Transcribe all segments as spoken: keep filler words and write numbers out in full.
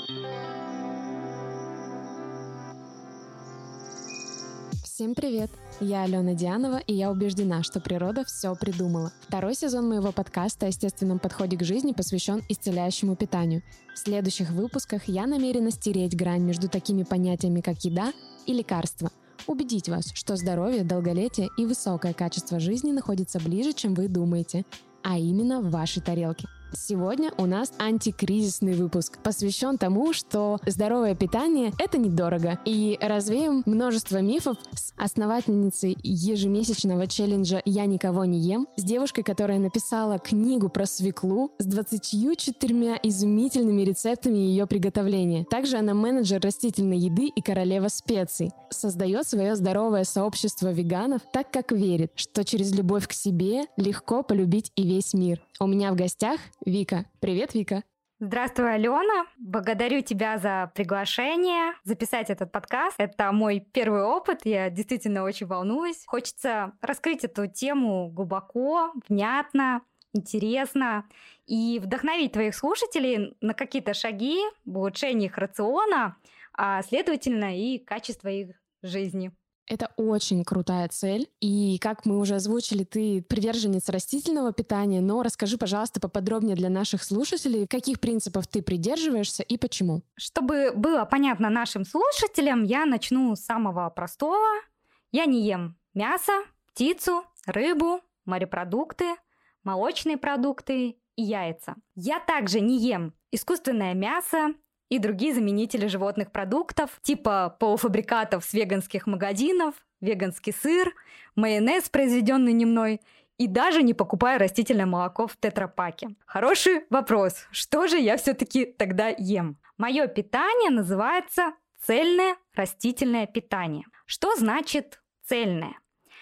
Всем привет! Я Алена Дианова, и я убеждена, что природа все придумала. Второй сезон моего подкаста о естественном подходе к жизни посвящен исцеляющему питанию. В следующих выпусках я намерена стереть грань между такими понятиями, как еда и лекарство. Убедить вас, что здоровье, долголетие и высокое качество жизни находятся ближе, чем вы думаете, а именно в вашей тарелке. Сегодня у нас антикризисный выпуск, посвящен тому, что здоровое питание – это недорого. И развеем множество мифов с основательницей ежемесячного челленджа «Я никого не ем», с девушкой, которая написала книгу про свеклу с двадцатью четырьмя изумительными рецептами ее приготовления. Также она менеджер растительной еды и королева специй. Создает свое здоровое сообщество веганов, так как верит, что через любовь к себе легко полюбить и весь мир. У меня в гостях Вика. Привет, Вика. Здравствуй, Алена. Благодарю тебя за приглашение записать этот подкаст. Это мой первый опыт, я действительно очень волнуюсь. Хочется раскрыть эту тему глубоко, внятно, интересно и вдохновить твоих слушателей на какие-то шаги в улучшении их рациона, а следовательно и качества их жизни. Это очень крутая цель. И, как мы уже озвучили, ты приверженец растительного питания, но расскажи, пожалуйста, поподробнее для наших слушателей, каких принципов ты придерживаешься и почему. Чтобы было понятно нашим слушателям, я начну с самого простого. Я не ем мясо, птицу, рыбу, морепродукты, молочные продукты и яйца. Я также не ем искусственное мясо и другие заменители животных продуктов, типа полуфабрикатов с веганских магазинов, веганский сыр, майонез, произведенный не мной, и даже не покупаю растительное молоко в тетрапаке. Хороший вопрос. Что же я все-таки тогда ем? Мое питание называется цельное растительное питание. Что значит цельное?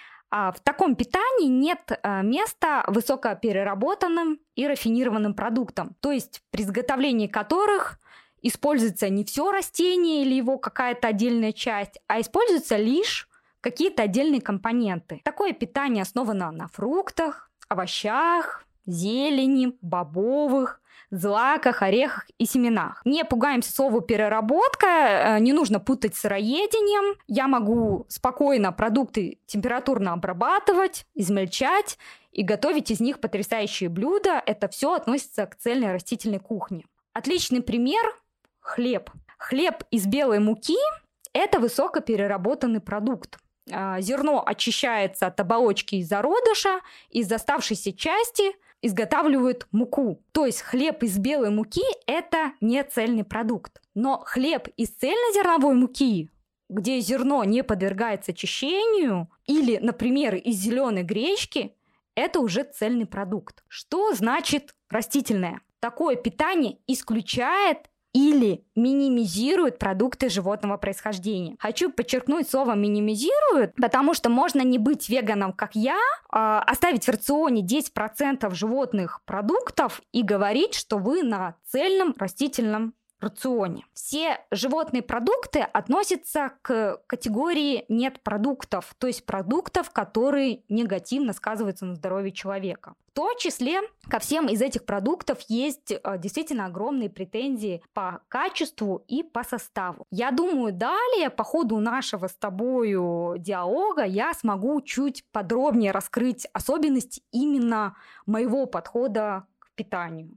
В таком питании нет места высокопереработанным и рафинированным продуктам, то есть при изготовлении которых используется не все растение или его какая-то отдельная часть, а используются лишь какие-то отдельные компоненты. Такое питание основано на фруктах, овощах, зелени, бобовых, злаках, орехах и семенах. Не пугаемся слова переработка, не нужно путать с сыроедением. Я могу спокойно продукты температурно обрабатывать, измельчать и готовить из них потрясающие блюда. Это все относится к цельной растительной кухне. Отличный пример – хлеб. Хлеб из белой муки – это высокопереработанный продукт. Зерно очищается от оболочки и зародыша, из оставшейся части изготавливают муку. То есть хлеб из белой муки – это не цельный продукт. Но хлеб из цельнозерновой муки, где зерно не подвергается очищению, или, например, из зеленой гречки – это уже цельный продукт. Что значит растительное? Такое питание исключает или минимизирует продукты животного происхождения. Хочу подчеркнуть слово «минимизирует», потому что можно не быть веганом, как я, оставить в рационе десять процентов животных продуктов и говорить, что вы на цельном растительном рационе. Все животные продукты относятся к категории нет продуктов, то есть продуктов, которые негативно сказываются на здоровье человека. В том числе ко всем из этих продуктов есть действительно огромные претензии по качеству и по составу. Я думаю, далее по ходу нашего с тобою диалога я смогу чуть подробнее раскрыть особенности именно моего подхода к питанию.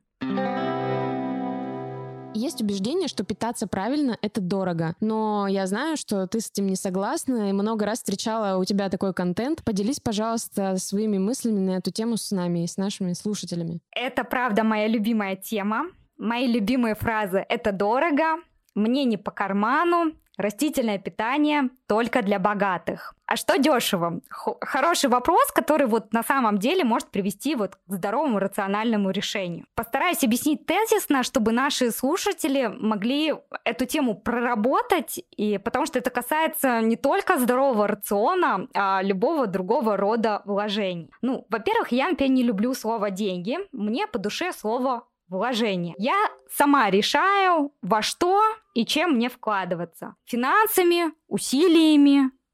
Есть убеждение, что питаться правильно — это дорого. Но я знаю, что ты с этим не согласна, и много раз встречала у тебя такой контент. Поделись, пожалуйста, своими мыслями на эту тему с нами и с нашими слушателями. Это правда моя любимая тема. Мои любимые фразы — это дорого, мне не по карману, растительное питание только для богатых. А что дешево? Х- хороший вопрос, который вот на самом деле может привести вот к здоровому рациональному решению. Постараюсь объяснить тезисно, чтобы наши слушатели могли эту тему проработать, и потому что это касается не только здорового рациона, а любого другого рода вложений. Ну, во-первых, я, например, не люблю слово «деньги», мне по душе слово вложение. Я сама решаю, во что и чем мне вкладываться. Финансами, усилиями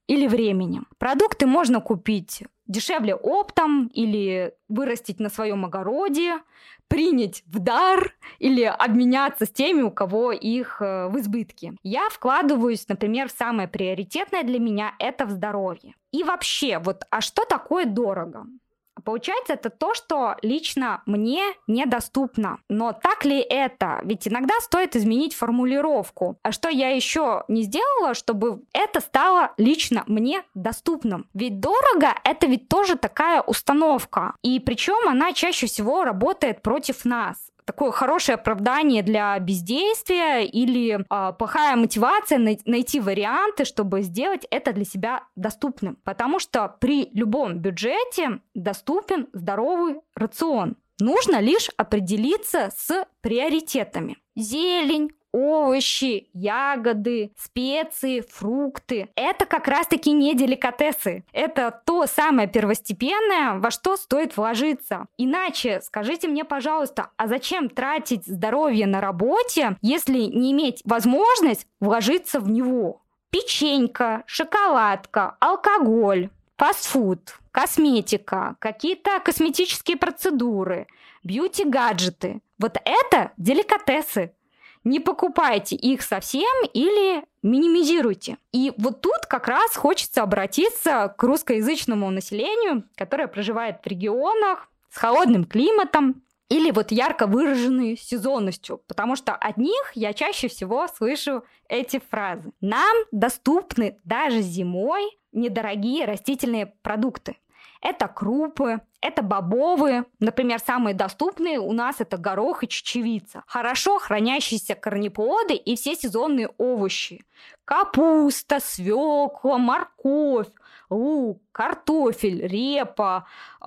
или временем. Продукты можно купить дешевле оптом или вырастить на своем огороде, принять в дар или обменяться с теми, у кого их э, в избытке. Я вкладываюсь, например, в самое приоритетное для меня – это в здоровье. И вообще, вот, а что такое дорого? Получается, это то, что лично мне недоступно. Но так ли это? Ведь иногда стоит изменить формулировку. А что я еще не сделала, чтобы это стало лично мне доступным? Ведь дорого – это ведь тоже такая установка. И причем она чаще всего работает против нас. Такое хорошее оправдание для бездействия или э, плохая мотивация най- найти варианты, чтобы сделать это для себя доступным. Потому что при любом бюджете доступен здоровый рацион. Нужно лишь определиться с приоритетами. Зелень, овощи, ягоды, специи, фрукты. Это как раз-таки не деликатесы. Это то самое первостепенное, во что стоит вложиться. Иначе скажите мне, пожалуйста, а зачем тратить здоровье на работе, если не иметь возможность вложиться в него? Печенька, шоколадка, алкоголь, фастфуд, косметика, какие-то косметические процедуры, бьюти-гаджеты. Вот это деликатесы. Не покупайте их совсем или минимизируйте. И вот тут как раз хочется обратиться к русскоязычному населению, которое проживает в регионах с холодным климатом или вот ярко выраженной сезонностью, потому что от них я чаще всего слышу эти фразы. Нам доступны даже зимой недорогие растительные продукты. Это крупы, это бобовые. Например, самые доступные у нас это горох и чечевица. Хорошо хранящиеся корнеплоды и все сезонные овощи. Капуста, свекла, морковь, лук, картофель, репа,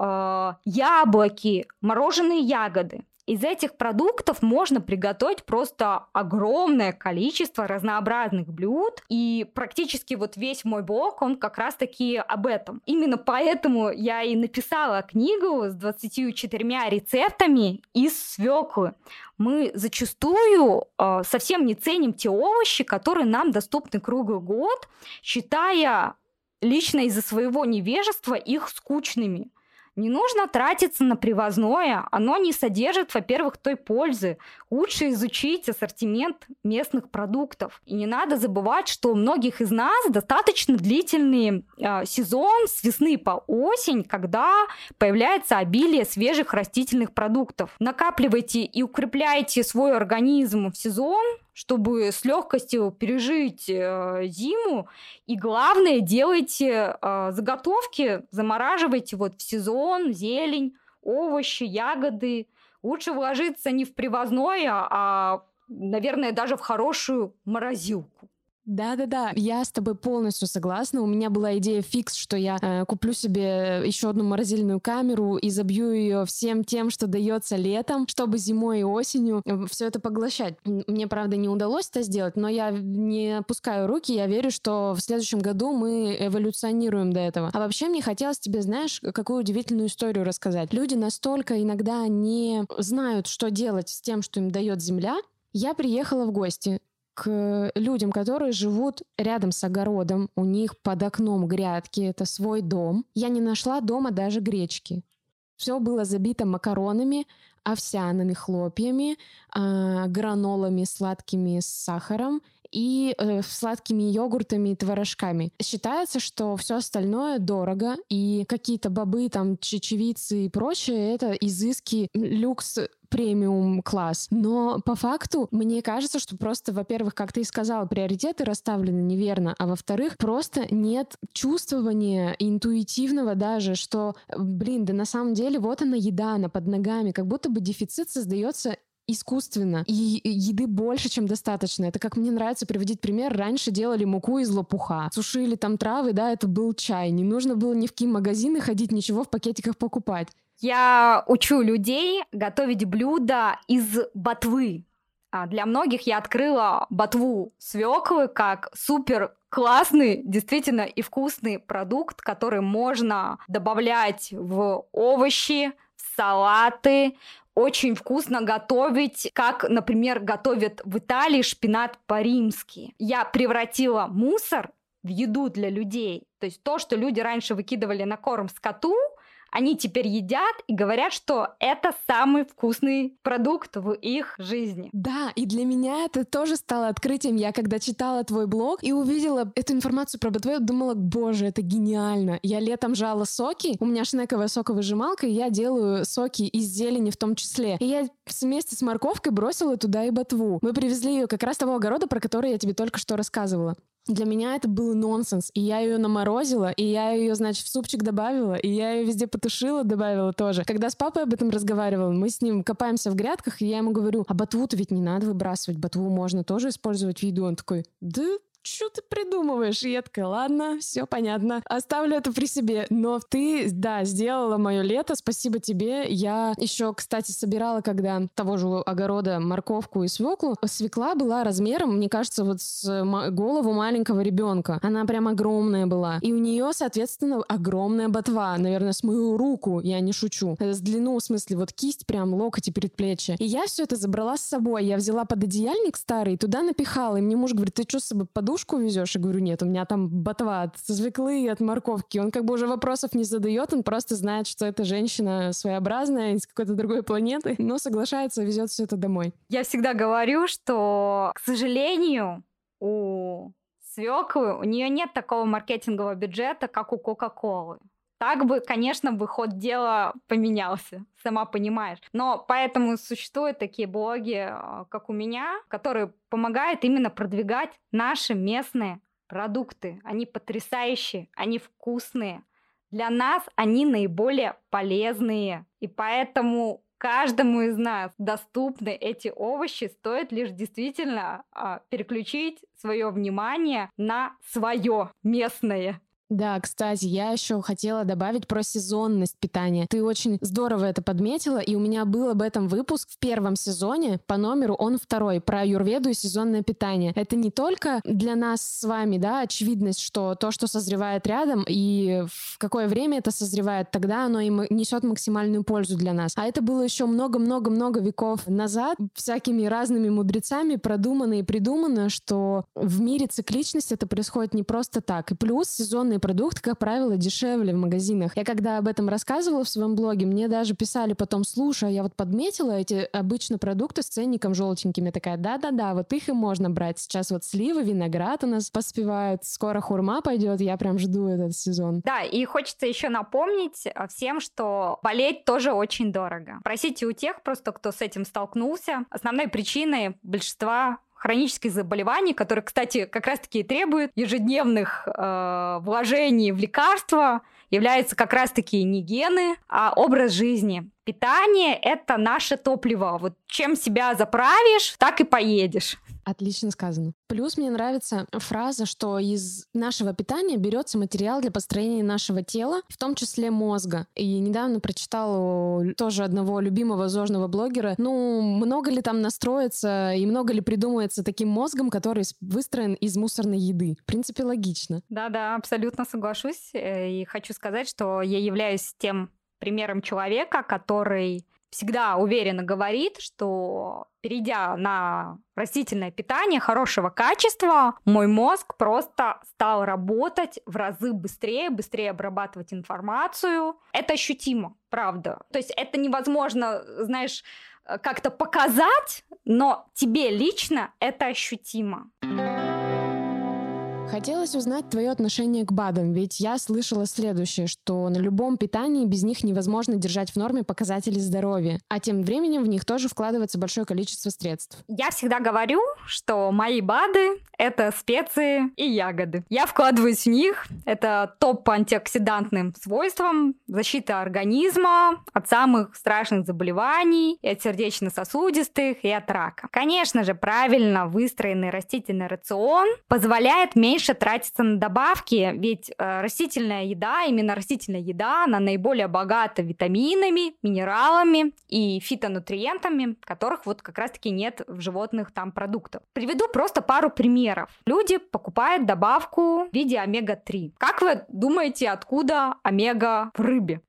э, яблоки, мороженые ягоды. Из этих продуктов можно приготовить просто огромное количество разнообразных блюд, и практически вот весь мой блог, он как раз-таки об этом. Именно поэтому я и написала книгу с двадцатью четырьмя рецептами из свеклы. Мы зачастую э, совсем не ценим те овощи, которые нам доступны круглый год, считая лично из-за своего невежества их скучными. Не нужно тратиться на привозное, оно не содержит, во-первых, той пользы. Лучше изучить ассортимент местных продуктов. И не надо забывать, что у многих из нас достаточно длительный э, сезон с весны по осень, когда появляется обилие свежих растительных продуктов. Накапливайте и укрепляйте свой организм в сезон, чтобы с легкостью пережить э, зиму. И главное, делайте э, заготовки, замораживайте вот в сезон зелень, овощи, ягоды. Лучше вложиться не в привозное, а, наверное, даже в хорошую морозилку. Да-да-да, я с тобой полностью согласна. У меня была идея фикс, что я э, куплю себе еще одну морозильную камеру и забью ее всем тем, что дается летом, чтобы зимой и осенью все это поглощать. Мне, правда, не удалось это сделать, но я не опускаю руки, я верю, что в следующем году мы эволюционируем до этого. А вообще мне хотелось тебе, знаешь, какую удивительную историю рассказать. Люди настолько иногда не знают, что делать с тем, что им дает земля. Я приехала в гости к людям, которые живут рядом с огородом, у них под окном грядки, это свой дом. Я не нашла дома даже гречки. Все было забито макаронами, овсяными хлопьями, э, гранолами сладкими с сахаром и э, сладкими йогуртами и творожками. Считается, что все остальное дорого, и какие-то бобы, там, чечевицы и прочее — это изыски, люкс, премиум класс. Но по факту мне кажется, что просто, во-первых, как ты и сказала, приоритеты расставлены неверно, а во-вторых, просто нет чувствования интуитивного даже, что, блин, да на самом деле вот она еда, она под ногами, как будто бы дефицит создается искусственно, и еды больше, чем достаточно. Это, как мне нравится приводить пример, раньше делали муку из лопуха, сушили там травы, да, это был чай, не нужно было ни в какие магазины ходить, ничего в пакетиках покупать. Я учу людей готовить блюда из ботвы. Для многих я открыла ботву свеклы как супер классный, действительно и вкусный продукт, который можно добавлять в овощи, в салаты. Очень вкусно готовить, как, например, готовят в Италии шпинат по-римски. Я превратила мусор в еду для людей. То есть то, что люди раньше выкидывали на корм скоту, они теперь едят и говорят, что это самый вкусный продукт в их жизни. Да, и для меня это тоже стало открытием. Я когда читала твой блог и увидела эту информацию про БТВ, думала, боже, это гениально. Я летом жала соки, у меня шнековая соковыжималка, и я делаю соки из зелени в том числе. И я вместе с морковкой бросила туда и ботву. Мы привезли ее как раз с того огорода, про который я тебе только что рассказывала. Для меня это был нонсенс, и я ее наморозила, и я ее, значит, в супчик добавила, и я ее везде потушила, добавила тоже. Когда с папой об этом разговаривала, мы с ним копаемся в грядках, и я ему говорю, а ботву-то ведь не надо выбрасывать, ботву можно тоже использовать в еду. Он такой, да... Что ты придумываешь? И я такая, ладно, все понятно, оставлю это при себе. Но ты, да, сделала мое лето, спасибо тебе. Я еще, кстати, собирала, когда того же огорода морковку и свеклу. Свекла была размером, мне кажется, вот с голову маленького ребенка. Она прям огромная была. И у нее, соответственно, огромная ботва, наверное, с мою руку, я не шучу. С длину, в смысле, вот кисть, прям локоть и предплечье. И я все это забрала с собой. Я взяла пододеяльник старый, туда напихала. И мне муж говорит, ты что с собой подушку везешь? Я говорю, нет, у меня там ботва от свеклы и от морковки. Он как бы уже вопросов не задает, он просто знает, что эта женщина своеобразная, из какой-то другой планеты, но соглашается, везет все это домой. Я всегда говорю, что, к сожалению, у свеклы, у нее нет такого маркетингового бюджета, как у Кока-Колы. Так бы, конечно, бы ход дела поменялся, сама понимаешь. Но поэтому существуют такие блоги, как у меня, которые помогают именно продвигать наши местные продукты. Они потрясающие, они вкусные. Для нас они наиболее полезные. И поэтому каждому из нас доступны эти овощи. Стоит лишь действительно переключить свое внимание на свое местное. Да, кстати, я еще хотела добавить про сезонность питания. Ты очень здорово это подметила, и у меня был об этом выпуск в первом сезоне, по номеру он второй, про аюрведу и сезонное питание. Это не только для нас с вами, да, очевидность, что то, что созревает рядом, и в какое время это созревает, тогда оно и несет максимальную пользу для нас. А это было еще много-много-много веков назад, всякими разными мудрецами продумано и придумано, что в мире цикличность это происходит не просто так. И плюс сезонные продукты, как правило, дешевле в магазинах. Я когда об этом рассказывала в своем блоге, мне даже писали потом, слушай, я вот подметила эти обычно продукты с ценником желтеньким. Я такая, да-да-да, вот их и можно брать. Сейчас вот сливы, виноград у нас поспевают, скоро хурма пойдет, я прям жду этот сезон. Да, и хочется еще напомнить всем, что болеть тоже очень дорого. Просите у тех просто, кто с этим столкнулся. Основной причиной большинства хронических заболеваний, которые, кстати, как раз-таки и требуют ежедневных э, вложений в лекарства, являются как раз-таки не гены, а образ жизни. Питание — это наше топливо. Вот чем себя заправишь, так и поедешь. Отлично сказано. Плюс мне нравится фраза, что из нашего питания берется материал для построения нашего тела, в том числе мозга. И недавно прочитала тоже одного любимого зожного блогера. Ну, много ли там настроится и много ли придумается таким мозгом, который выстроен из мусорной еды? В принципе, логично. Да-да, абсолютно соглашусь. И хочу сказать, что я являюсь тем примером человека, который всегда уверенно говорит, что, перейдя на растительное питание хорошего качества, мой мозг просто стал работать в разы быстрее, быстрее обрабатывать информацию. Это ощутимо, правда. То есть это невозможно, знаешь, как-то показать, но тебе лично это ощутимо. Хотелось узнать твое отношение к БАДам, ведь я слышала следующее, что на любом питании без них невозможно держать в норме показатели здоровья, а тем временем в них тоже вкладывается большое количество средств. Я всегда говорю, что мои БАДы — это специи и ягоды. Я вкладываюсь в них, это топ по антиоксидантным свойствам, защита организма от самых страшных заболеваний, и от сердечно-сосудистых, и от рака. Конечно же, правильно выстроенный растительный рацион позволяет меньше тратиться на добавки, ведь э, растительная еда, именно растительная еда, она наиболее богата витаминами, минералами и фитонутриентами, которых вот как раз-таки нет в животных там продуктах. Приведу просто пару примеров. Люди покупают добавку в виде омега три. Как вы думаете, откуда омега в рыбе?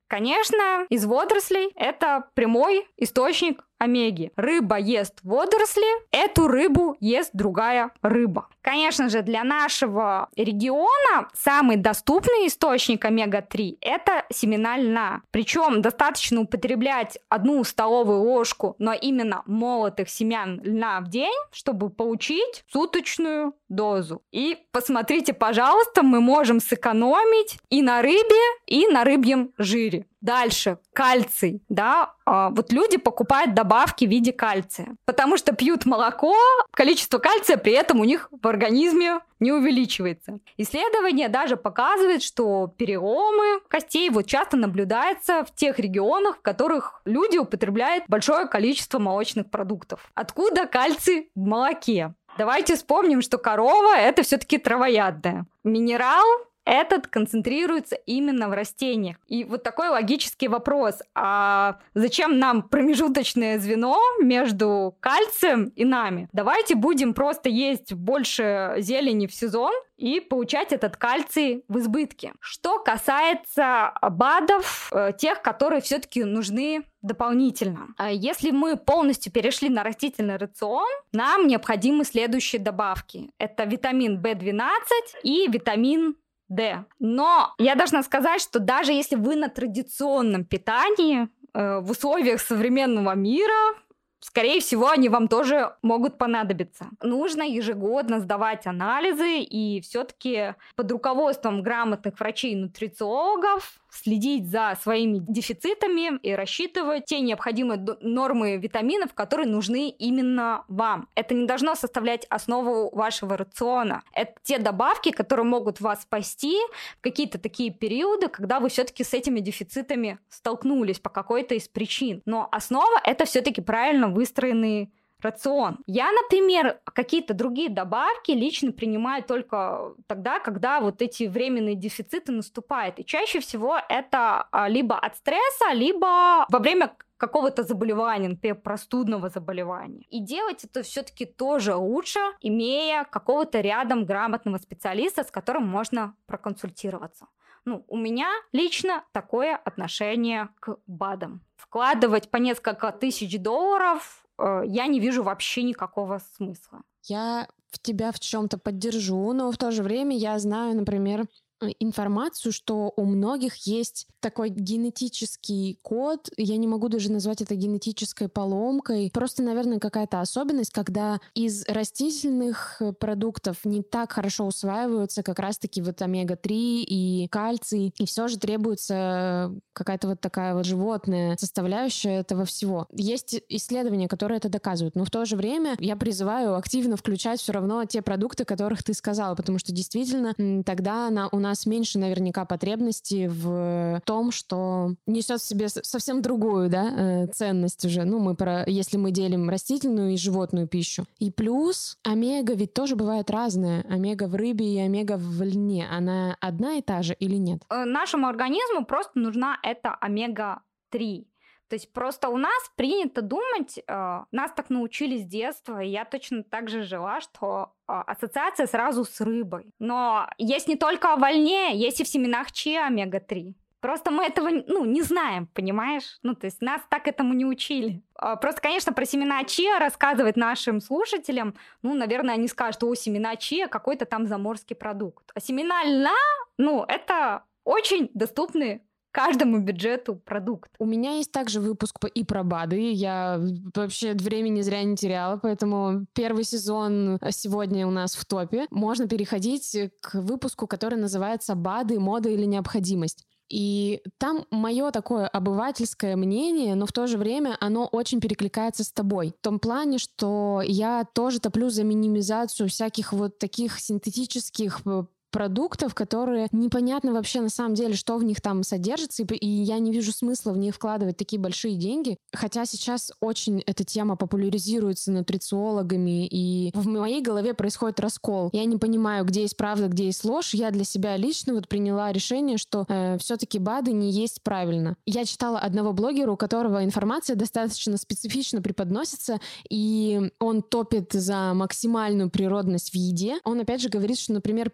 Конечно, из водорослей это прямой источник омеги. Рыба ест водоросли, эту рыбу ест другая рыба. Конечно же, для нашего региона самый доступный источник омега три – это семена льна. Причем достаточно употреблять одну столовую ложку, но именно молотых семян льна в день, чтобы получить суточную дозу. И посмотрите, пожалуйста, мы можем сэкономить и на рыбе, и на рыбьем жире. Дальше, кальций, да, а, вот люди покупают добавки в виде кальция, потому что пьют молоко, количество кальция при этом у них в организме не увеличивается. Исследования даже показывают, что переломы костей вот часто наблюдаются в тех регионах, в которых люди употребляют большое количество молочных продуктов. Откуда кальций в молоке? Давайте вспомним, что корова – это все-таки травоядная. Минерал этот концентрируется именно в растениях. И вот такой логический вопрос. А зачем нам промежуточное звено между кальцием и нами? Давайте будем просто есть больше зелени в сезон и получать этот кальций в избытке. Что касается БАДов, тех, которые все-таки нужны дополнительно. Если мы полностью перешли на растительный рацион, нам необходимы следующие добавки. Это витамин бэ двенадцать и витамин D. Но я должна сказать, что даже если вы на традиционном питании, э, в условиях современного мира, скорее всего, они вам тоже могут понадобиться. Нужно ежегодно сдавать анализы и все-таки под руководством грамотных врачей и нутрициологов следить за своими дефицитами и рассчитывать те необходимые нормы витаминов, которые нужны именно вам. Это не должно составлять основу вашего рациона. Это те добавки, которые могут вас спасти в какие-то такие периоды, когда вы все-таки с этими дефицитами столкнулись по какой-то из причин. Но основа — это все-таки правильно выстроенный рацион. Я, например, какие-то другие добавки лично принимаю только тогда, когда вот эти временные дефициты наступают. И чаще всего это либо от стресса, либо во время какого-то заболевания, например, простудного заболевания. И делать это все-таки тоже лучше, имея какого-то рядом грамотного специалиста, с которым можно проконсультироваться. Ну, у меня лично такое отношение к БАДам. Вкладывать по несколько тысяч долларов я не вижу вообще никакого смысла. Я тебя в чем-то поддержу, но в то же время я знаю, например, информацию, что у многих есть такой генетический код, я не могу даже назвать это генетической поломкой, просто, наверное, какая-то особенность, когда из растительных продуктов не так хорошо усваиваются как раз-таки вот омега три и кальций, и все же требуется какая-то вот такая вот животная составляющая этого всего. Есть исследования, которые это доказывают, но в то же время я призываю активно включать все равно те продукты, о которых ты сказала, потому что действительно тогда она, у нас меньше наверняка потребности в том, что несет в себе совсем другую, да, ценность уже. Ну, мы про, если мы делим растительную и животную пищу. И плюс омега ведь тоже бывает разная. Омега в рыбе и омега в льне. Она одна и та же или нет? Нашему организму просто нужна эта омега три. То есть просто у нас принято думать, э, нас так научили с детства, и я точно так же жила, что э, ассоциация сразу с рыбой. Но есть не только во льне, есть и в семенах чиа омега три. Просто мы этого, ну, не знаем, понимаешь? Ну, то есть нас так этому не учили. Просто, конечно, про семена чиа рассказывать нашим слушателям, ну, наверное, они скажут, о, семена чиа какой-то там заморский продукт. А семена льна, ну, это очень доступный каждому бюджету продукт. У меня есть также выпуск и про БАДы. Я вообще времени зря не теряла, поэтому первый сезон сегодня у нас в топе. Можно переходить к выпуску, который называется «БАДы. Мода или необходимость». И там мое такое обывательское мнение, но в то же время оно очень перекликается с тобой. В том плане, что я тоже топлю за минимизацию всяких вот таких синтетических продуктов, которые непонятно вообще на самом деле, что в них там содержится, и я не вижу смысла в них вкладывать такие большие деньги. Хотя сейчас очень эта тема популяризируется нутрициологами, и в моей голове происходит раскол. Я не понимаю, где есть правда, где есть ложь. Я для себя лично вот приняла решение, что э, все-таки БАДы не есть правильно. Я читала одного блогера, у которого информация достаточно специфично преподносится, и он топит за максимальную природность в еде. Он опять же говорит, что, например, принимая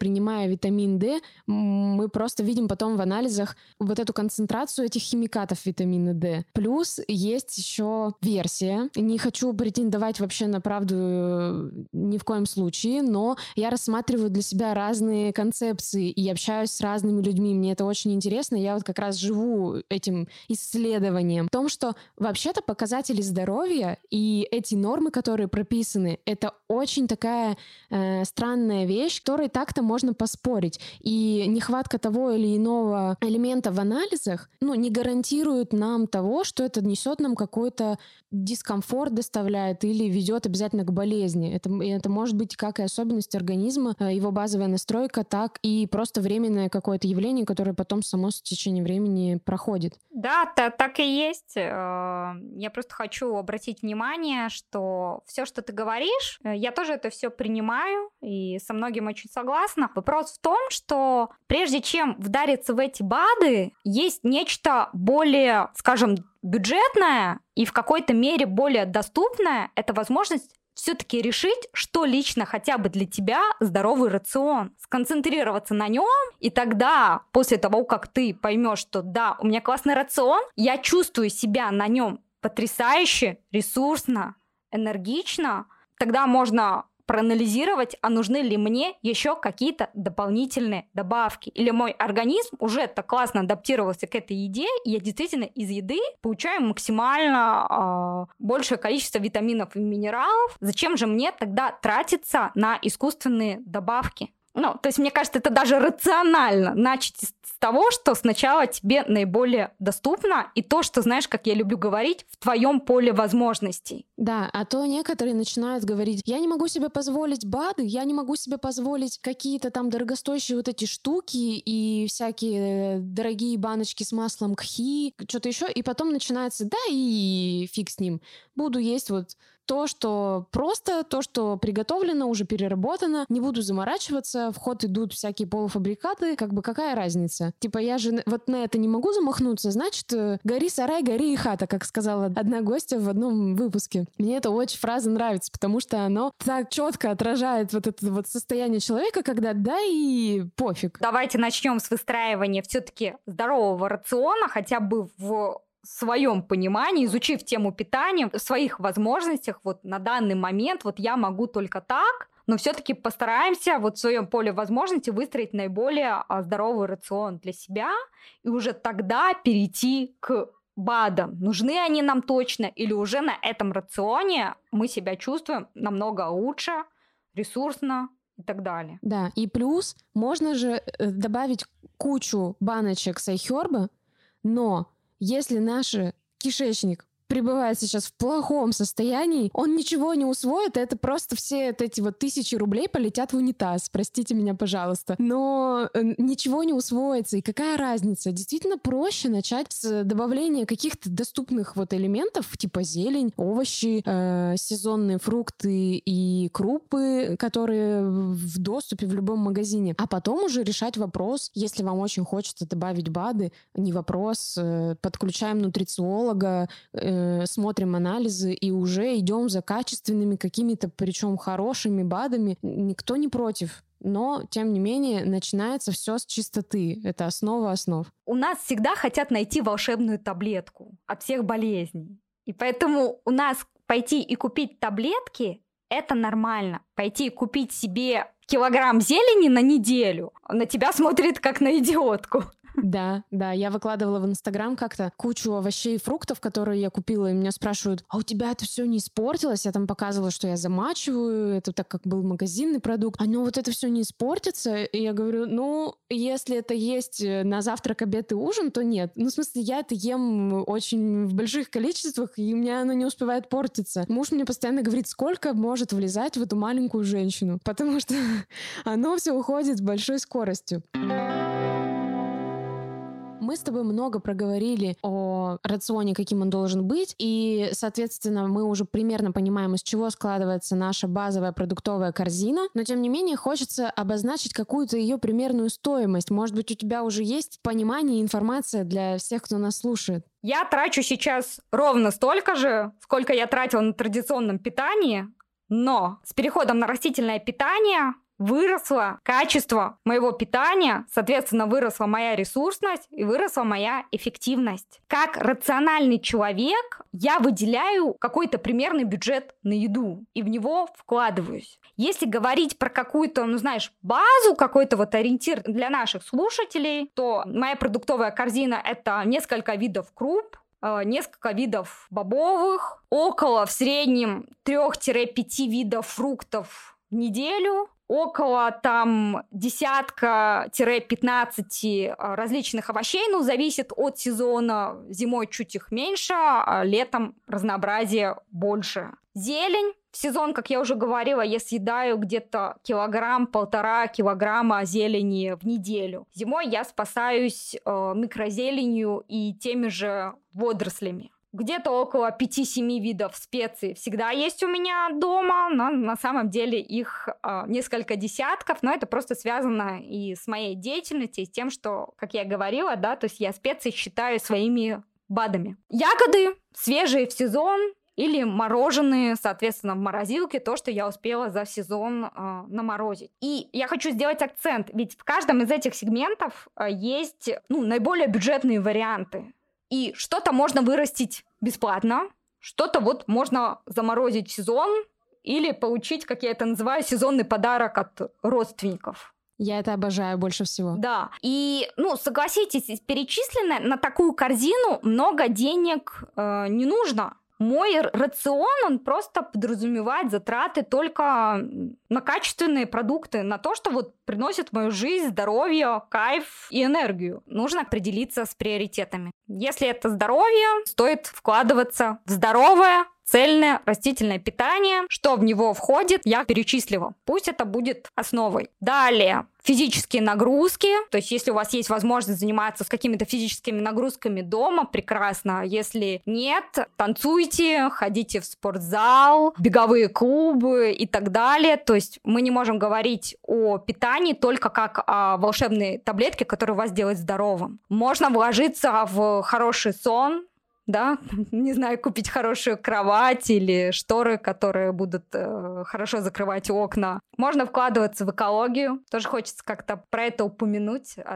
витамин D, мы просто видим потом в анализах вот эту концентрацию этих химикатов витамина D. Плюс есть еще версия. Не хочу претендовать вообще на правду ни в коем случае, но я рассматриваю для себя разные концепции и общаюсь с разными людьми. Мне это очень интересно. Я вот как раз живу этим исследованием. В том, что вообще-то показатели здоровья и эти нормы, которые прописаны, это очень такая э, странная вещь, которой так-то можно поспорить. И нехватка того или иного элемента в анализах, ну, не гарантирует нам того, что это несет нам какой-то дискомфорт, доставляет или ведет обязательно к болезни. Это, это может быть как и особенность организма, его базовая настройка, так и просто временное какое-то явление, которое потом само с течением времени проходит. Да, та- так и есть. Э, Я просто хочу обратить внимание, что все, что ты говоришь, э, я тоже это все принимаю и со многим очень согласна. Вопрос в том, что прежде чем вдариться в эти БАДы, есть нечто более, скажем, бюджетное и в какой-то мере более доступное. Это возможность все-таки решить, что лично хотя бы для тебя здоровый рацион, сконцентрироваться на нем, и тогда, после того, как ты поймешь, что да, у меня классный рацион, я чувствую себя на нем потрясающе, ресурсно, энергично, тогда можно проанализировать, а нужны ли мне еще какие-то дополнительные добавки. Или мой организм уже так классно адаптировался к этой еде, и я действительно из еды получаю максимально э, большее количество витаминов и минералов. Зачем же мне тогда тратиться на искусственные добавки? Ну, то есть, мне кажется, это даже рационально начать с того, что сначала тебе наиболее доступно, и то, что, знаешь, как я люблю говорить, в твоем поле возможностей. Да, а то некоторые начинают говорить, я не могу себе позволить БАДы, я не могу себе позволить какие-то там дорогостоящие вот эти штуки и всякие дорогие баночки с маслом кхи, что-то еще, и потом начинается, да и фиг с ним, буду есть вот то, что просто, то, что приготовлено, уже переработано, не буду заморачиваться, в ход идут всякие полуфабрикаты, как бы какая разница? Типа я же вот на это не могу замахнуться, значит, гори сарай, гори и хата, как сказала одна гостья в одном выпуске. Мне эта очень фраза нравится, потому что оно так четко отражает вот это вот состояние человека, когда да и пофиг. Давайте начнем с выстраивания все-таки здорового рациона, хотя бы в своем понимании, изучив тему питания, в своих возможностях, вот на данный момент вот я могу только так, но все-таки постараемся вот в своем поле возможностей выстроить наиболее здоровый рацион для себя и уже тогда перейти к БАДам. Нужны они нам точно или уже на этом рационе мы себя чувствуем намного лучше, ресурсно и так далее. Да, и плюс можно же добавить кучу баночек с iHerb, но если наш кишечник пребывает сейчас в плохом состоянии, он ничего не усвоит, это просто все эти вот тысячи рублей полетят в унитаз, простите меня, пожалуйста. Но ничего не усвоится, и какая разница? Действительно проще начать с добавления каких-то доступных вот элементов, типа зелень, овощи, э, сезонные фрукты и крупы, которые в доступе в любом магазине. А потом уже решать вопрос, если вам очень хочется добавить БАДы, не вопрос, э, подключаем нутрициолога, э, смотрим анализы и уже идем за качественными какими-то, причем хорошими БАДами. Никто не против. Но, тем не менее, начинается все с чистоты. Это основа основ. У нас всегда хотят найти волшебную таблетку от всех болезней. И поэтому у нас пойти и купить таблетки – это нормально. Пойти и купить себе килограмм зелени на неделю, на тебя смотрит как на идиотку. Да, да, я выкладывала в Инстаграм как-то кучу овощей и фруктов, которые я купила, и меня спрашивают, а у тебя это все не испортилось? Я там показывала, что я замачиваю, это так как был магазинный продукт. А ну вот это все не испортится? И я говорю, ну, если это есть на завтрак, обед и ужин, то нет. Ну, в смысле, я это ем очень в больших количествах, и у меня оно не успевает портиться. Муж мне постоянно говорит, сколько может влезать в эту маленькую женщину, потому что оно все уходит с большой скоростью. Мы с тобой много проговорили о рационе, каким он должен быть, и, соответственно, мы уже примерно понимаем, из чего складывается наша базовая продуктовая корзина, но, тем не менее, хочется обозначить какую-то ее примерную стоимость. Может быть, у тебя уже есть понимание и информация для всех, кто нас слушает? Я трачу сейчас ровно столько же, сколько я тратила на традиционном питании, но с переходом на растительное питание выросло качество моего питания, соответственно, выросла моя ресурсность и выросла моя эффективность. Как рациональный человек я выделяю какой-то примерный бюджет на еду и в него вкладываюсь. Если говорить про какую-то, ну знаешь, базу, какой-то вот ориентир для наших слушателей, то моя продуктовая корзина — это несколько видов круп, несколько видов бобовых, около в среднем трёх-пяти видов фруктов в неделю, около там десятка-пятнадцати различных овощей, ну, зависит от сезона, зимой чуть их меньше, а летом разнообразие больше. Зелень. В сезон, как я уже говорила, я съедаю где-то килограмм-полтора килограмма зелени в неделю. Зимой я спасаюсь э, микрозеленью и теми же водорослями. Где-то около пяти-семи видов специй всегда есть у меня дома, но на самом деле их э, несколько десятков, но это просто связано и с моей деятельностью, и с тем, что, как я говорила, да, то есть я специи считаю своими БАДами. Ягоды свежие в сезон, или мороженые, соответственно, в морозилке, то, что я успела за сезон э, наморозить. И я хочу сделать акцент, ведь в каждом из этих сегментов э, есть ну, наиболее бюджетные варианты. И что-то можно вырастить бесплатно, что-то вот можно заморозить в сезон или получить, как я это называю, сезонный подарок от родственников. Я это обожаю больше всего. Да. И, ну, согласитесь, перечисленное на такую корзину много денег э, не нужно. Мой рацион, он просто подразумевает затраты только на качественные продукты, на то, что вот приносит в мою жизнь здоровье, кайф и энергию. Нужно определиться с приоритетами. Если это здоровье, стоит вкладываться в здоровое, цельное растительное питание. Что в него входит, я перечислила. Пусть это будет основой. Далее, физические нагрузки. То есть, если у вас есть возможность заниматься с какими-то физическими нагрузками дома, прекрасно. Если нет, танцуйте, ходите в спортзал, беговые клубы и так далее. То есть, мы не можем говорить о питании только как о волшебной таблетке, которая вас делает здоровым. Можно вложиться в хороший сон, да, не знаю, купить хорошую кровать или шторы, которые будут э, хорошо закрывать окна. Можно вкладываться в экологию. Тоже хочется как-то про это упомянуть, а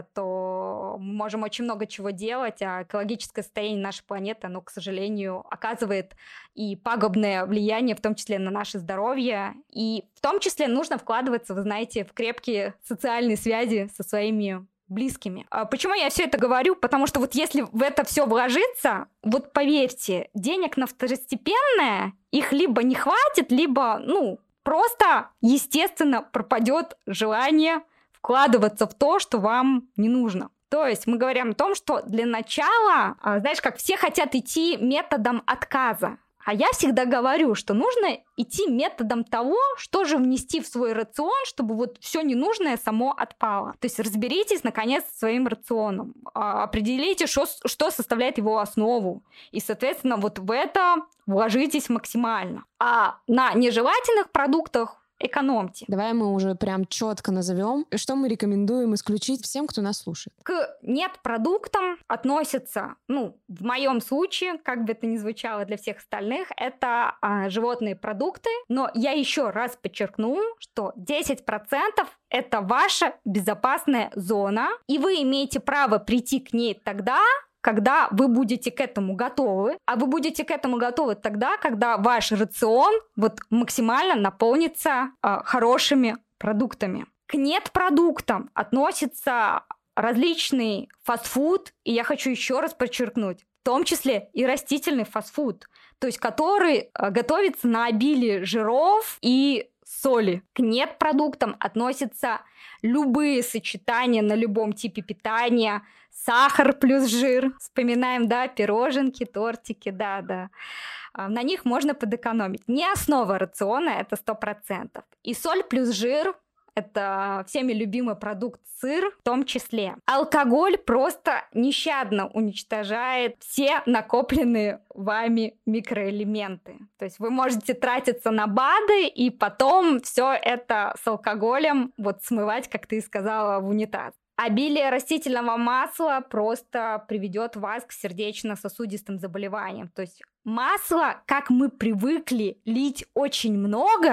то мы можем очень много чего делать, а экологическое состояние нашей планеты, оно, к сожалению, оказывает и пагубное влияние, в том числе на наше здоровье. И в том числе нужно вкладываться, вы знаете, в крепкие социальные связи со своими близкими. А почему я все это говорю? Потому что вот если в это все вложиться, вот поверьте, денег на второстепенное их либо не хватит, либо, ну, просто, естественно, пропадет желание вкладываться в то, что вам не нужно. То есть мы говорим о том, что для начала, знаешь, как все хотят идти методом отказа. А я всегда говорю, что нужно идти методом того, что же внести в свой рацион, чтобы вот все ненужное само отпало. То есть разберитесь, наконец, со своим рационом. Определите, что, что составляет его основу. И, соответственно, вот в это вложитесь максимально. А на нежелательных продуктах экономьте. Давай мы уже прям четко назовем, что мы рекомендуем исключить всем, кто нас слушает. К нет-продуктам относятся, ну, в моем случае, как бы это ни звучало для всех остальных, это а, животные продукты, но я еще раз подчеркну, что десять процентов это ваша безопасная зона, и вы имеете право прийти к ней тогда, когда вы будете к этому готовы, а вы будете к этому готовы тогда, когда ваш рацион вот максимально наполнится э, хорошими продуктами. К нет-продуктам относится различный фастфуд, и я хочу еще раз подчеркнуть, в том числе и растительный фастфуд, то есть который э, готовится на обилии жиров и соли. К нет-продуктам относятся любые сочетания на любом типе питания, сахар плюс жир. Вспоминаем, да, пироженки, тортики, да-да. На них можно подэкономить. Не основа рациона, это сто процентов. И соль плюс жир — это всеми любимый продукт сыр в том числе. Алкоголь просто нещадно уничтожает все накопленные вами микроэлементы. То есть вы можете тратиться на БАДы и потом все это с алкоголем вот смывать, как ты сказала, в унитаз. Обилие растительного масла просто приведет вас к сердечно-сосудистым заболеваниям. То есть масло, как мы привыкли лить очень много,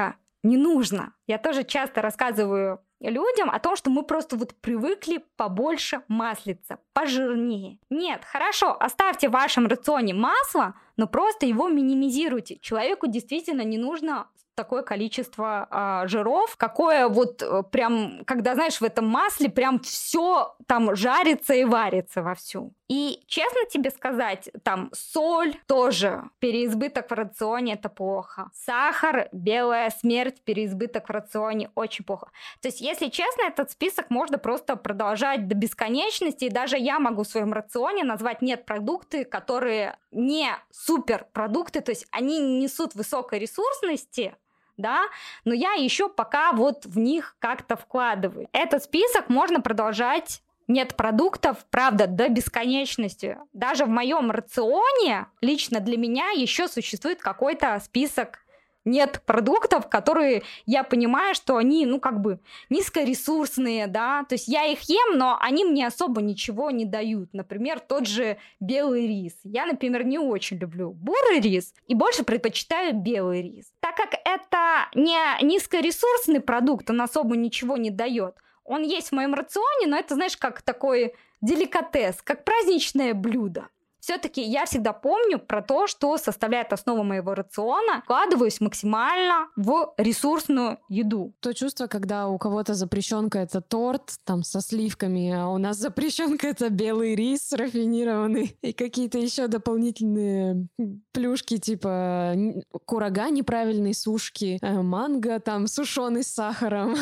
не нужно. Я тоже часто рассказываю людям о том, что мы просто вот привыкли побольше маслица, пожирнее. Нет, хорошо, оставьте в вашем рационе масло, но просто его минимизируйте. Человеку действительно не нужно такое количество а, жиров, какое вот а, прям, когда, знаешь, в этом масле прям все там жарится и варится вовсю. И честно тебе сказать, там соль тоже, переизбыток в рационе — это плохо. Сахар, белая смерть, переизбыток в рационе — очень плохо. То есть, если честно, этот список можно просто продолжать до бесконечности, и даже я могу в своем рационе назвать нет продукты, которые не суперпродукты, то есть они не несут высокой ресурсности, да, но я еще пока вот в них как-то вкладываю. Этот список можно продолжать, нет продуктов, правда, до бесконечности. Даже в моем рационе лично для меня еще существует какой-то список нет продуктов, которые я понимаю, что они, ну, как бы низкоресурсные, да, то есть я их ем, но они мне особо ничего не дают. Например, тот же белый рис. Я, например, не очень люблю бурый рис и больше предпочитаю белый рис. Так как это не низкоресурсный продукт, он особо ничего не дает. Он есть в моем рационе, но это, знаешь, как такой деликатес, как праздничное блюдо. Все-таки я всегда помню про то, что составляет основу моего рациона, вкладываюсь максимально в ресурсную еду. То чувство, когда у кого-то запрещенка — это торт там со сливками, а у нас запрещенка — это белый рис рафинированный и какие-то еще дополнительные плюшки, типа курага неправильной сушки, манго там сушеный с сахаром.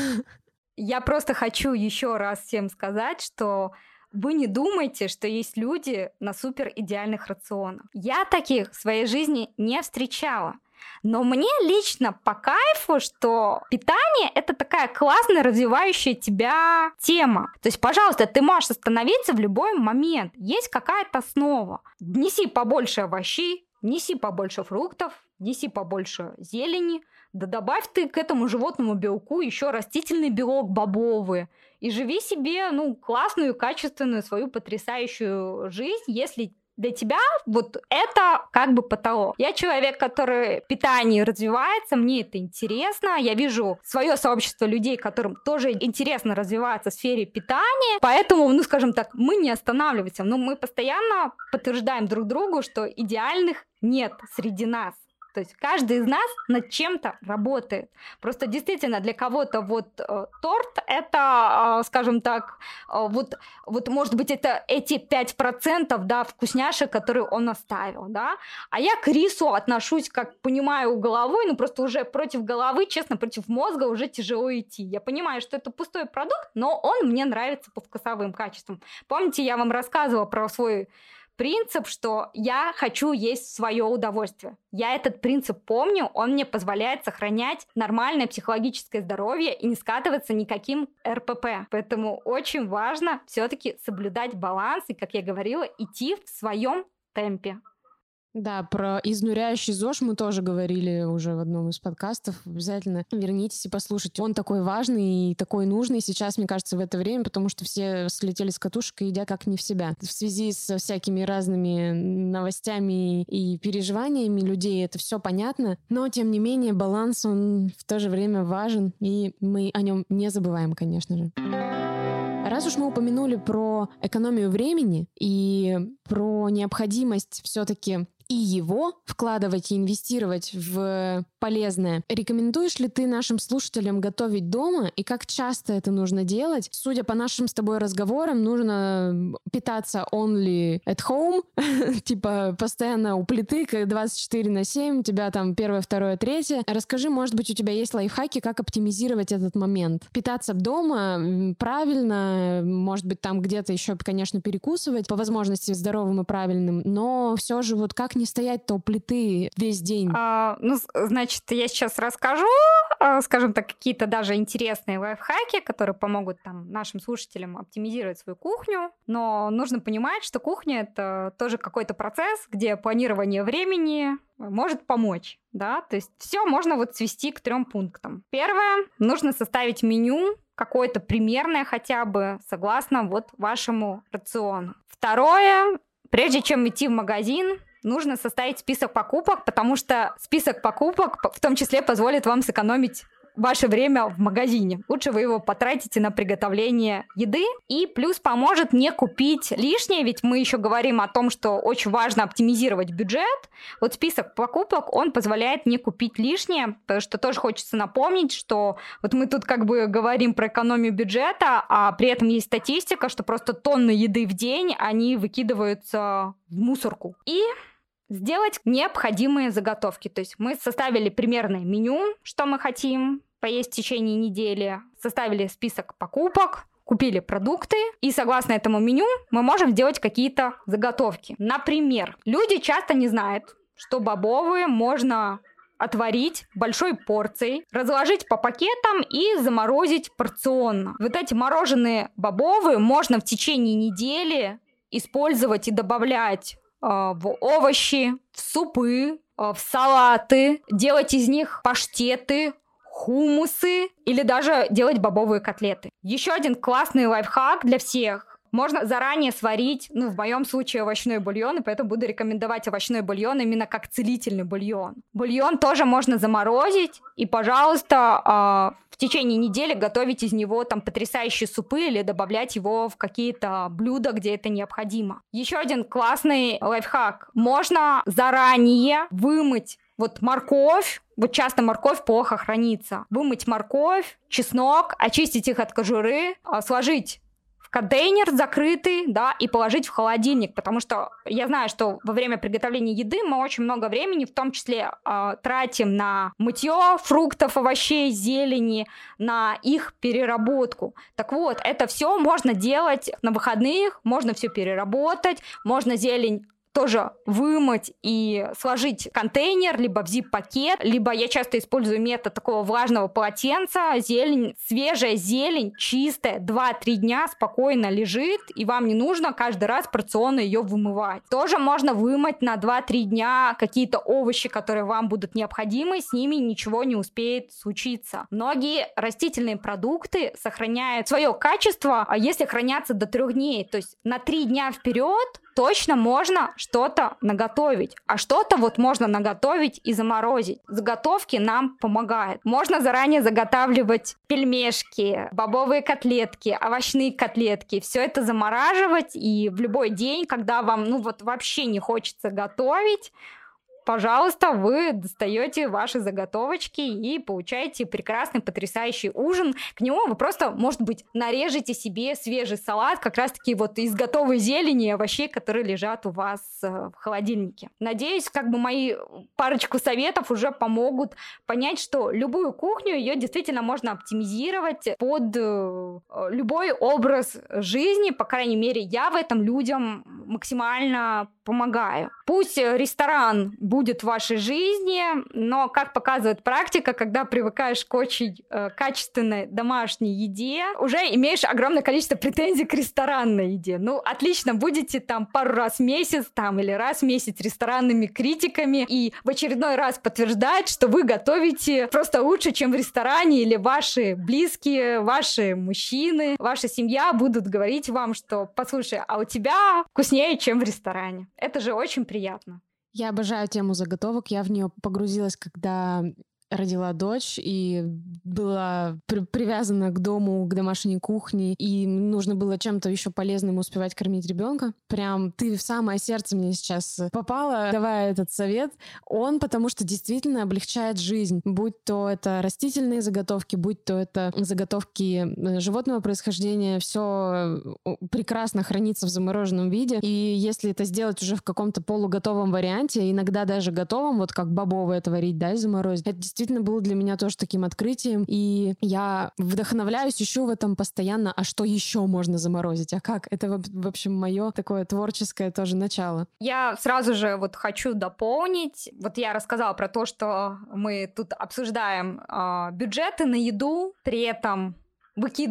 Я просто хочу еще раз всем сказать, что вы не думайте, что есть люди на супер идеальных рационах. Я таких в своей жизни не встречала. Но мне лично по кайфу, что питание — это такая классная, развивающая тебя тема. То есть, пожалуйста, ты можешь остановиться в любой момент. Есть какая-то основа. Неси побольше овощей, неси побольше фруктов, неси побольше зелени. Да добавь ты к этому животному белку еще растительный белок бобовый. И живи себе, ну, классную, качественную, свою потрясающую жизнь, если для тебя вот это как бы потолок. Я человек, который в питании развивается, мне это интересно. Я вижу свое сообщество людей, которым тоже интересно развиваться в сфере питания. Поэтому, ну, скажем так, мы не останавливаемся. Но мы постоянно подтверждаем друг другу, что идеальных нет среди нас. То есть каждый из нас над чем-то работает. Просто действительно для кого-то вот э, торт — это, э, скажем так, э, вот, вот может быть это эти пять процентов, да, вкусняшек, которые он оставил, да. А я к рису отношусь, как понимаю, головой, ну просто уже против головы, честно, против мозга уже тяжело идти. Я понимаю, что это пустой продукт, но он мне нравится по вкусовым качествам. Помните, я вам рассказывала про свой принцип, что я хочу есть в свое удовольствие. Я этот принцип помню, он мне позволяет сохранять нормальное психологическое здоровье и не скатываться никаким эр пэ пэ. Поэтому очень важно все-таки соблюдать баланс и, как я говорила, идти в своем темпе. Да, про изнуряющий ЗОЖ мы тоже говорили уже в одном из подкастов. Обязательно вернитесь и послушайте. Он такой важный и такой нужный сейчас, мне кажется, в это время, потому что все слетели с катушек, идя как не в себя. В связи со всякими разными новостями и переживаниями людей это все понятно, но, тем не менее, баланс, он в то же время важен, и мы о нем не забываем, конечно же. Раз уж мы упомянули про экономию времени и про необходимость все-таки и его вкладывать и инвестировать в полезное, рекомендуешь ли ты нашим слушателям готовить дома и как часто это нужно делать? Судя по нашим с тобой разговорам, нужно питаться only at home, типа постоянно у плиты, двадцать четыре на семь, у тебя там первое, второе, третье. Расскажи, может быть, у тебя есть лайфхаки, как оптимизировать этот момент? Питаться дома правильно, может быть, там где-то еще, конечно, перекусывать, по возможности здоровым и правильным, но все же вот как не стоять-то у плиты весь день? А, ну, значит, я сейчас расскажу, скажем так, какие-то даже интересные лайфхаки, которые помогут там нашим слушателям оптимизировать свою кухню. Но нужно понимать, что кухня — это тоже какой-то процесс, где планирование времени может помочь, да, то есть все можно вот свести к трем пунктам. Первое, нужно составить меню, какое-то примерное хотя бы, согласно вот вашему рациону. Второе, прежде чем идти в магазин, нужно составить список покупок, потому что список покупок в том числе позволит вам сэкономить ваше время в магазине. Лучше вы его потратите на приготовление еды. И плюс поможет не купить лишнее, ведь мы еще говорим о том, что очень важно оптимизировать бюджет. Вот список покупок, он позволяет не купить лишнее, потому что тоже хочется напомнить, что вот мы тут как бы говорим про экономию бюджета, а при этом есть статистика, что просто тонны еды в день, они выкидываются в мусорку. И сделать необходимые заготовки. То есть мы составили примерное меню, что мы хотим поесть в течение недели, составили список покупок, купили продукты, и согласно этому меню мы можем сделать какие-то заготовки. Например, люди часто не знают, что бобовые можно отварить большой порцией, разложить по пакетам и заморозить порционно. Вот эти мороженые бобовые можно в течение недели использовать и добавлять в овощи, в супы, в салаты, делать из них паштеты, хумусы или даже делать бобовые котлеты. Еще один классный лайфхак для всех. Можно заранее сварить, ну, в моем случае, овощной бульон, и поэтому буду рекомендовать овощной бульон именно как целительный бульон. Бульон тоже можно заморозить, и, пожалуйста, в течение недели готовить из него там потрясающие супы или добавлять его в какие-то блюда, где это необходимо. Еще один классный лайфхак. Можно заранее вымыть вот морковь, вот часто морковь плохо хранится. Вымыть морковь, чеснок, очистить их от кожуры, сложить контейнер закрытый, да, и положить в холодильник, потому что я знаю, что во время приготовления еды мы очень много времени, в том числе, э, тратим на мытье фруктов, овощей, зелени, на их переработку. Так вот, это все можно делать на выходных, можно все переработать, можно зелень тоже вымыть и сложить в контейнер, либо в зип-пакет, либо я часто использую метод такого влажного полотенца. Зелень, свежая зелень, чистая, два-три дня спокойно лежит, и вам не нужно каждый раз порционно ее вымывать. Тоже можно вымыть на два-три дня какие-то овощи, которые вам будут необходимы, с ними ничего не успеет случиться. Многие растительные продукты сохраняют свое качество, если хранятся до трех дней, то есть на три дня вперед точно можно что-то наготовить. А что-то вот можно наготовить и заморозить. Заготовки нам помогают. Можно заранее заготавливать пельмешки, бобовые котлетки, овощные котлетки. Все это замораживать, и в любой день, когда вам ну вот вообще не хочется готовить, пожалуйста, вы достаете ваши заготовочки и получаете прекрасный, потрясающий ужин. К нему вы просто, может быть, нарежете себе свежий салат, как раз-таки вот из готовой зелени и овощей, которые лежат у вас в холодильнике. Надеюсь, как бы мои парочку советов уже помогут понять, что любую кухню, ее действительно можно оптимизировать под любой образ жизни. По крайней мере, я в этом людям максимально помогаю. Пусть ресторан будет в вашей жизни, но, как показывает практика, когда привыкаешь к очень э, качественной домашней еде, уже имеешь огромное количество претензий к ресторанной еде. Ну, отлично, будете там пару раз в месяц там, или раз в месяц ресторанными критиками и в очередной раз подтверждать, что вы готовите просто лучше, чем в ресторане, или ваши близкие, ваши мужчины, ваша семья будут говорить вам, что, послушай, а у тебя вкуснее, чем в ресторане. Это же очень приятно. Я обожаю тему заготовок. Я в нее погрузилась, когда родила дочь и была при- привязана к дому, к домашней кухне, и нужно было чем-то еще полезным успевать кормить ребенка. Прям ты в самое сердце мне сейчас попала, давая этот совет. Он потому что действительно облегчает жизнь. Будь то это растительные заготовки, будь то это заготовки животного происхождения, все прекрасно хранится в замороженном виде. И если это сделать уже в каком-то полуготовом варианте, иногда даже готовом, вот как бобовое это варить, да, и заморозить, это действительно было для меня тоже таким открытием, и я вдохновляюсь, ищу в этом постоянно, а что еще можно заморозить, а как? Это, в общем, мое такое творческое тоже начало. Я сразу же вот хочу дополнить, вот я рассказала про то, что мы тут обсуждаем э, бюджеты на еду, при этом выкидываем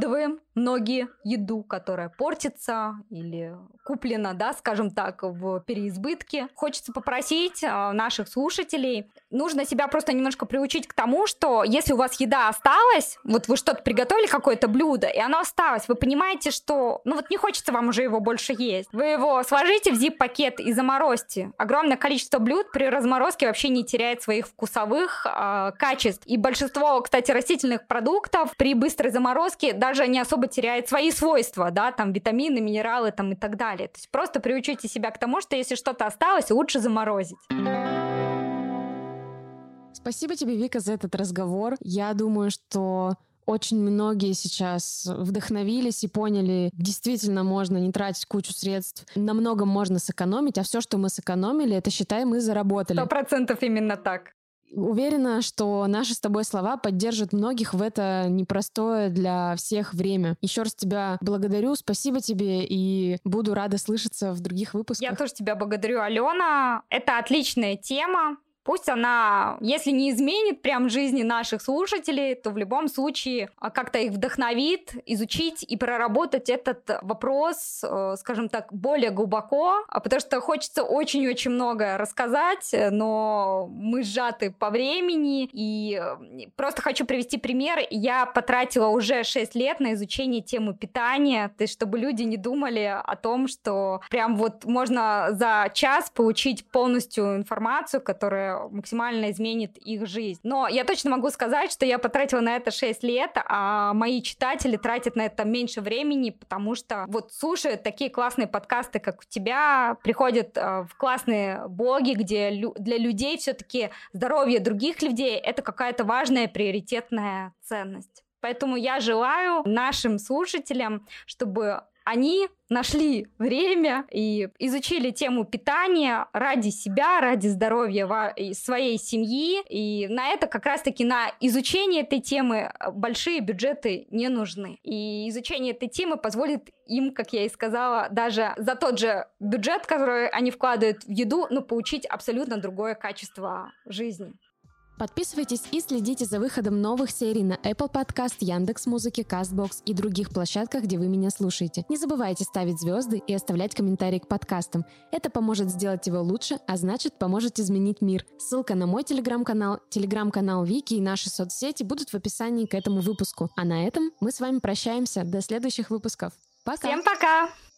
многие еду, которая портится или куплена, да, скажем так, в переизбытке. Хочется попросить э, наших слушателей, нужно себя просто немножко приучить к тому, что если у вас еда осталась, вот вы что-то приготовили, какое-то блюдо, и оно осталось, вы понимаете, что, ну вот не хочется вам уже его больше есть. Вы его сложите в зип-пакет и заморозьте. Огромное количество блюд при разморозке вообще не теряет своих вкусовых э, качеств. И большинство, кстати, растительных продуктов при быстрой заморозке даже не особо теряет свои свойства, да, там витамины, минералы там и так далее. То есть просто приучите себя к тому, что если что-то осталось, лучше заморозить. Спасибо тебе, Вика, за этот разговор. Я думаю, что очень многие сейчас вдохновились и поняли, действительно можно не тратить кучу средств, на многом можно сэкономить, а все, что мы сэкономили, это, считай, мы заработали. Сто процентов именно так. Уверена, что наши с тобой слова поддержат многих в это непростое для всех время. Еще раз тебя благодарю, спасибо тебе, и буду рада слышаться в других выпусках. Я тоже тебя благодарю, Алена. Это отличная тема. Пусть она, если не изменит прям жизни наших слушателей, то в любом случае как-то их вдохновит изучить и проработать этот вопрос, скажем так, более глубоко, потому что хочется очень-очень много рассказать, но мы сжаты по времени, и просто хочу привести пример. Я потратила уже шесть лет на изучение темы питания, то есть чтобы люди не думали о том, что прям вот можно за час получить полностью информацию, которая максимально изменит их жизнь. Но я точно могу сказать, что я потратила на это шесть лет, а мои читатели тратят на это меньше времени, потому что вот слушают такие классные подкасты, как у тебя, приходят э, в классные блоги, где лю- для людей все-таки здоровье других людей — это какая-то важная приоритетная ценность. Поэтому я желаю нашим слушателям, чтобы они нашли время и изучили тему питания ради себя, ради здоровья своей семьи. И на это как раз-таки, на изучение этой темы большие бюджеты не нужны. И изучение этой темы позволит им, как я и сказала, даже за тот же бюджет, который они вкладывают в еду, ну, получить абсолютно другое качество жизни. Подписывайтесь и следите за выходом новых серий на Apple Podcast, Яндекс.Музыке, Castbox и других площадках, где вы меня слушаете. Не забывайте ставить звезды и оставлять комментарии к подкастам. Это поможет сделать его лучше, а значит, поможет изменить мир. Ссылка на мой телеграм-канал, телеграм-канал Вики и наши соцсети будут в описании к этому выпуску. А на этом мы с вами прощаемся. До следующих выпусков. Пока! Всем пока!